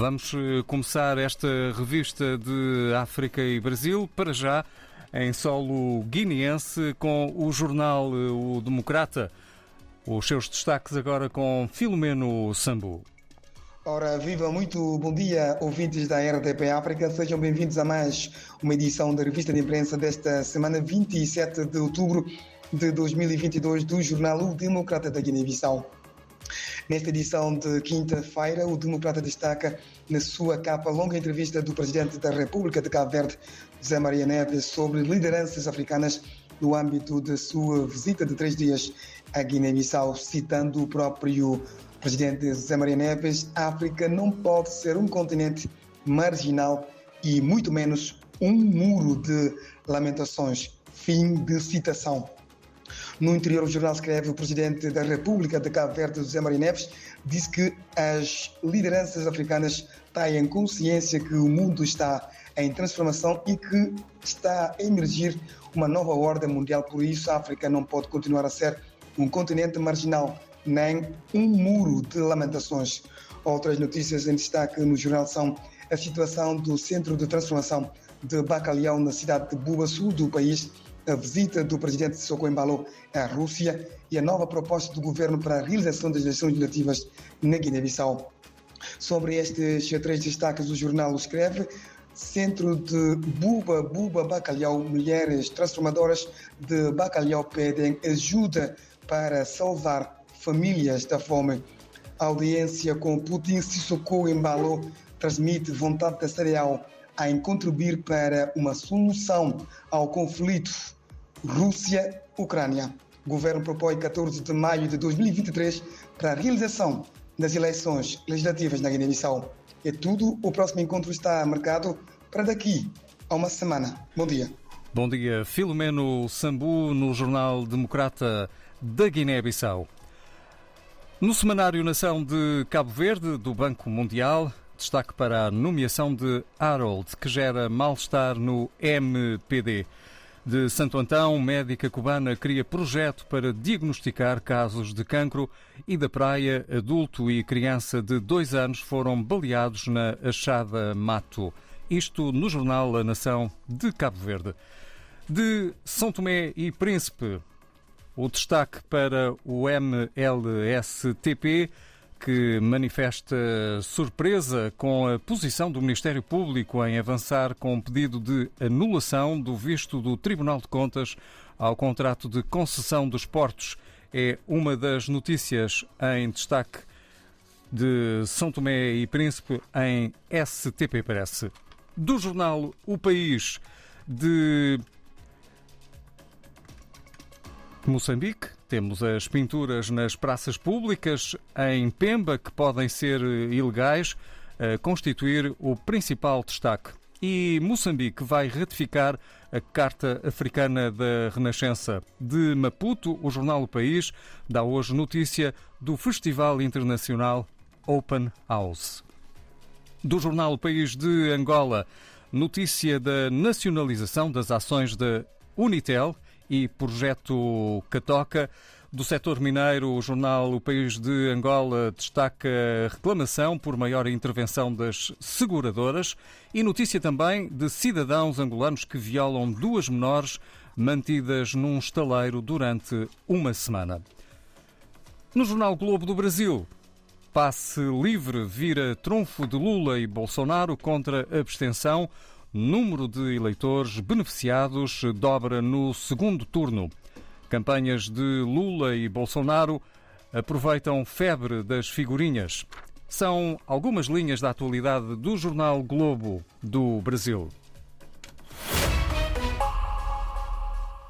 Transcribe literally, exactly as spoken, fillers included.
Vamos começar esta revista de África e Brasil, para já em solo guineense, com o jornal O Democrata. Os seus destaques agora com Filomeno Sambu. Ora, viva, muito bom dia, ouvintes da R T P África. Sejam bem-vindos a mais uma edição da revista de imprensa desta semana, vinte e sete de outubro de dois mil e vinte e dois, do jornal O Democrata da Guiné-Bissau. Nesta edição de quinta-feira, o Democrata destaca na sua capa a longa entrevista do Presidente da República de Cabo Verde, José Maria Neves, sobre lideranças africanas no âmbito da sua visita de três dias à Guiné-Bissau. Citando o próprio Presidente José Maria Neves, a África não pode ser um continente marginal e muito menos um muro de lamentações. Fim de citação. No interior, o jornal escreve: o Presidente da República de Cabo Verde, José Maria Neves, disse que as lideranças africanas têm consciência que o mundo está em transformação e que está a emergir uma nova ordem mundial. Por isso, a África não pode continuar a ser um continente marginal, nem um muro de lamentações. Outras notícias em destaque no jornal são a situação do Centro de Transformação de Bacalhau na cidade de Buba, sul do país, a visita do presidente Sissoko Embalo à Rússia e a nova proposta do governo para a realização das eleições legislativas na Guiné-Bissau. Sobre estes três destaques, o jornal escreve: Centro de Buba, Buba Bacalhau, mulheres transformadoras de Bacalhau pedem ajuda para salvar famílias da fome. A audiência com Putin, Sissoko Embalo transmite vontade da cereal em contribuir para uma solução ao conflito Rússia-Ucrânia. O governo propõe catorze de maio de dois mil e vinte e três para a realização das eleições legislativas na Guiné-Bissau. É tudo. O próximo encontro está marcado para daqui a uma semana. Bom dia. Bom dia. Filomeno Sambu, no jornal Democrata da Guiné-Bissau. No semanário Nação de Cabo Verde, do Banco Mundial, destaque para a nomeação de Harold, que gera mal-estar no M P D. De Santo Antão, médica cubana cria projeto para diagnosticar casos de cancro, e da Praia, adulto e criança de dois anos foram baleados na Achada Mato. Isto no jornal A Nação de Cabo Verde. De São Tomé e Príncipe, o destaque para o M L S T P, que manifesta surpresa com a posição do Ministério Público em avançar com um pedido de anulação do visto do Tribunal de Contas ao contrato de concessão dos portos. É uma das notícias em destaque de São Tomé e Príncipe em S T P Press. Do jornal O País de Moçambique, temos as pinturas nas praças públicas em Pemba, que podem ser ilegais, a constituir o principal destaque. E Moçambique vai ratificar a Carta Africana da Renascença. De Maputo, o jornal O País dá hoje notícia do Festival Internacional Open House. Do jornal O País de Angola, notícia da nacionalização das ações da Unitel e projeto Catoca. Do setor mineiro, o jornal O País de Angola destaca a reclamação por maior intervenção das seguradoras e notícia também de cidadãos angolanos que violam duas menores mantidas num estaleiro durante uma semana. No jornal Globo do Brasil, passe livre vira trunfo de Lula e Bolsonaro contra a abstenção. Número de eleitores beneficiados dobra no segundo turno. Campanhas de Lula e Bolsonaro aproveitam febre das figurinhas. São algumas linhas da atualidade do jornal Globo do Brasil.